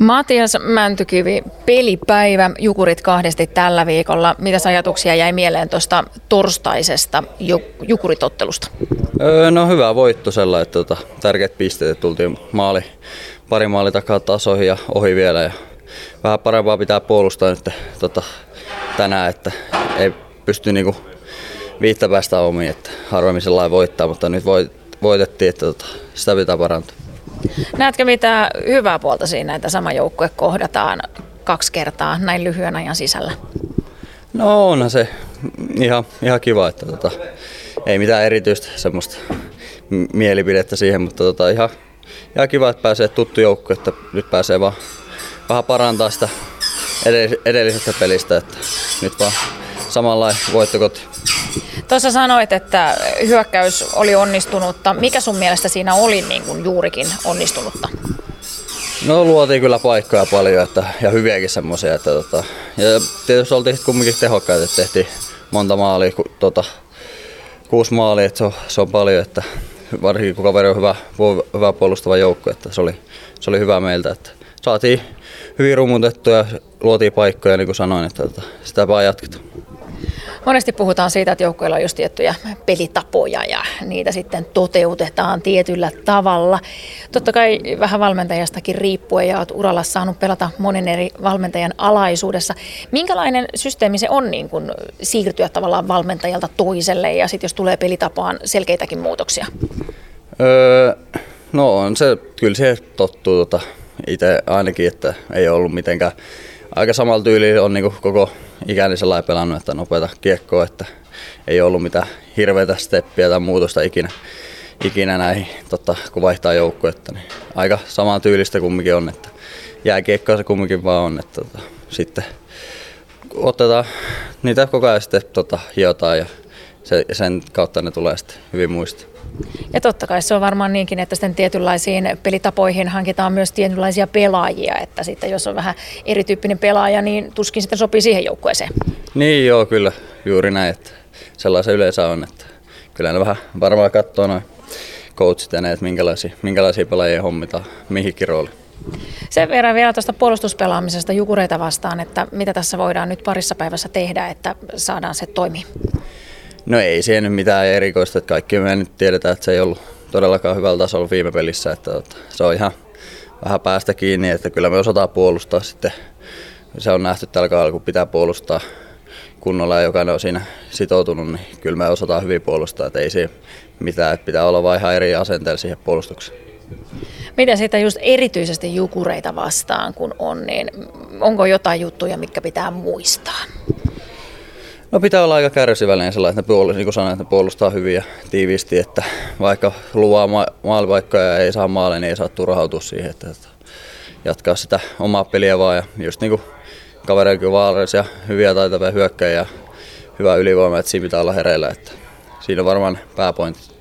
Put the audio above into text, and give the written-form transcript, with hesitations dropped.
Matias Mäntykivi, pelipäivä, Jukurit kahdesti tällä viikolla. Mitäs ajatuksia jäi mieleen tuosta torstaisesta Jukuritottelusta? No hyvä voitto sellainen, että tärkeät pisteet, tultiin pari maali takaa tasoihin ja ohi vielä. Ja vähän parempaa pitää puolustaa nyt tänään, että ei pysty niinku viittä päästä omiin, että harvemmin sellainen voittaa, mutta nyt voitettiin, että sitä pitää parantaa. Näetkö mitä hyvää puolta siinä, että sama joukkue kohdataan 2 kertaa näin lyhyen ajan sisällä? No onhan se ihan kiva, että ei mitään erityistä semmoista mielipidettä siihen, mutta ihan kiva, että pääsee tuttu joukkue, että nyt pääsee vaan vähän parantaa sitä edellisestä pelistä, että nyt vaan samanlainen voitto kotiin. Tuossa sanoit, että hyökkäys oli onnistunutta. Mikä sun mielestä siinä oli niin kuin juurikin onnistunutta? No luotiin kyllä paikkoja paljon ja hyviäkin semmoisia. Ja tietysti oltiin kumminkin tehokkaita, että tehtiin monta maalia, 6 maalia, että se on paljon. Että varsinkin kun kaveri on hyvä puolustava joukko, että se oli hyvä meiltä. Että saatiin hyvin rumutettua ja luotiin paikkoja, niin kuin sanoin, että sitä vaan jatketaan. Monesti puhutaan siitä, että joukkueilla on just tiettyjä pelitapoja ja niitä sitten toteutetaan tietyllä tavalla. Totta kai vähän valmentajastakin riippuen ja olet uralla saanut pelata monen eri valmentajan alaisuudessa. Minkälainen systeemi se on niin kuin siirtyä tavallaan valmentajalta toiselle ja sitten jos tulee pelitapaan selkeitäkin muutoksia? No on se, kyllä se tottuu itse ainakin, että ei ollut mitenkään. Aika samalla tyylillä on niin koko ikäni sellainen pelannut, että nopeata kiekkoa, että ei ollut mitään hirveätä steppiä tai muutosta ikinä näihin, kun vaihtaa joukkuetta. Niin aika samaa tyylistä kumminkin on, että jääkiekkoa se kumminkin vaan on, että sitten otetaan niitä koko ajan sitten hiotaan ja sen kautta ne tulee sitten hyvin muistiin. Ja totta kai se on varmaan niinkin, että sitten tietynlaisiin pelitapoihin hankitaan myös tietynlaisia pelaajia, että sitten jos on vähän erityyppinen pelaaja, niin tuskin sitten sopii siihen joukkueeseen. Niin joo, kyllä juuri näin, että sellaisen yleensä on, että kyllä ne vähän varmaan katsoo noin coachit ja ne, että minkälaisia pelaajia hommitaan mihinkin rooliin. Sen verran vielä tuosta puolustuspelaamisesta Jukureita vastaan, että mitä tässä voidaan nyt parissa päivässä tehdä, että saadaan se toimii? No ei siihen nyt mitään erikoista, että kaikki me nyt tiedetään, että se ei ollut todellakaan hyvällä tasolla viime pelissä, että se on ihan vähän päästä kiinni, että kyllä me osataan puolustaa sitten. Se on nähty tällä kaudella, kun pitää puolustaa kunnolla ja jokainen on siinä sitoutunut, niin kyllä me osataan hyvin puolustaa, että ei siinä mitään, että pitää olla vain ihan eri asenteella siihen puolustukseen. Miten siitä just erityisesti Jukureita vastaan kun on, niin onko jotain juttuja, mitkä pitää muistaa? No pitää olla aika kärsivällinen sellainen, että niin kuin sanoin, että ne puolustaa hyvin ja tiiviisti, että vaikka luvaa maalipaikkoja ja ei saa maaleja, niin ei saa turhautua siihen, että jatkaa sitä omaa peliä vaan. Ja just niin kuin kavereillakin on vaarallisia, hyviä taitavia hyökkäjiä ja hyvä ylivoima, että siinä pitää olla hereillä, että siinä on varmaan pääpointti.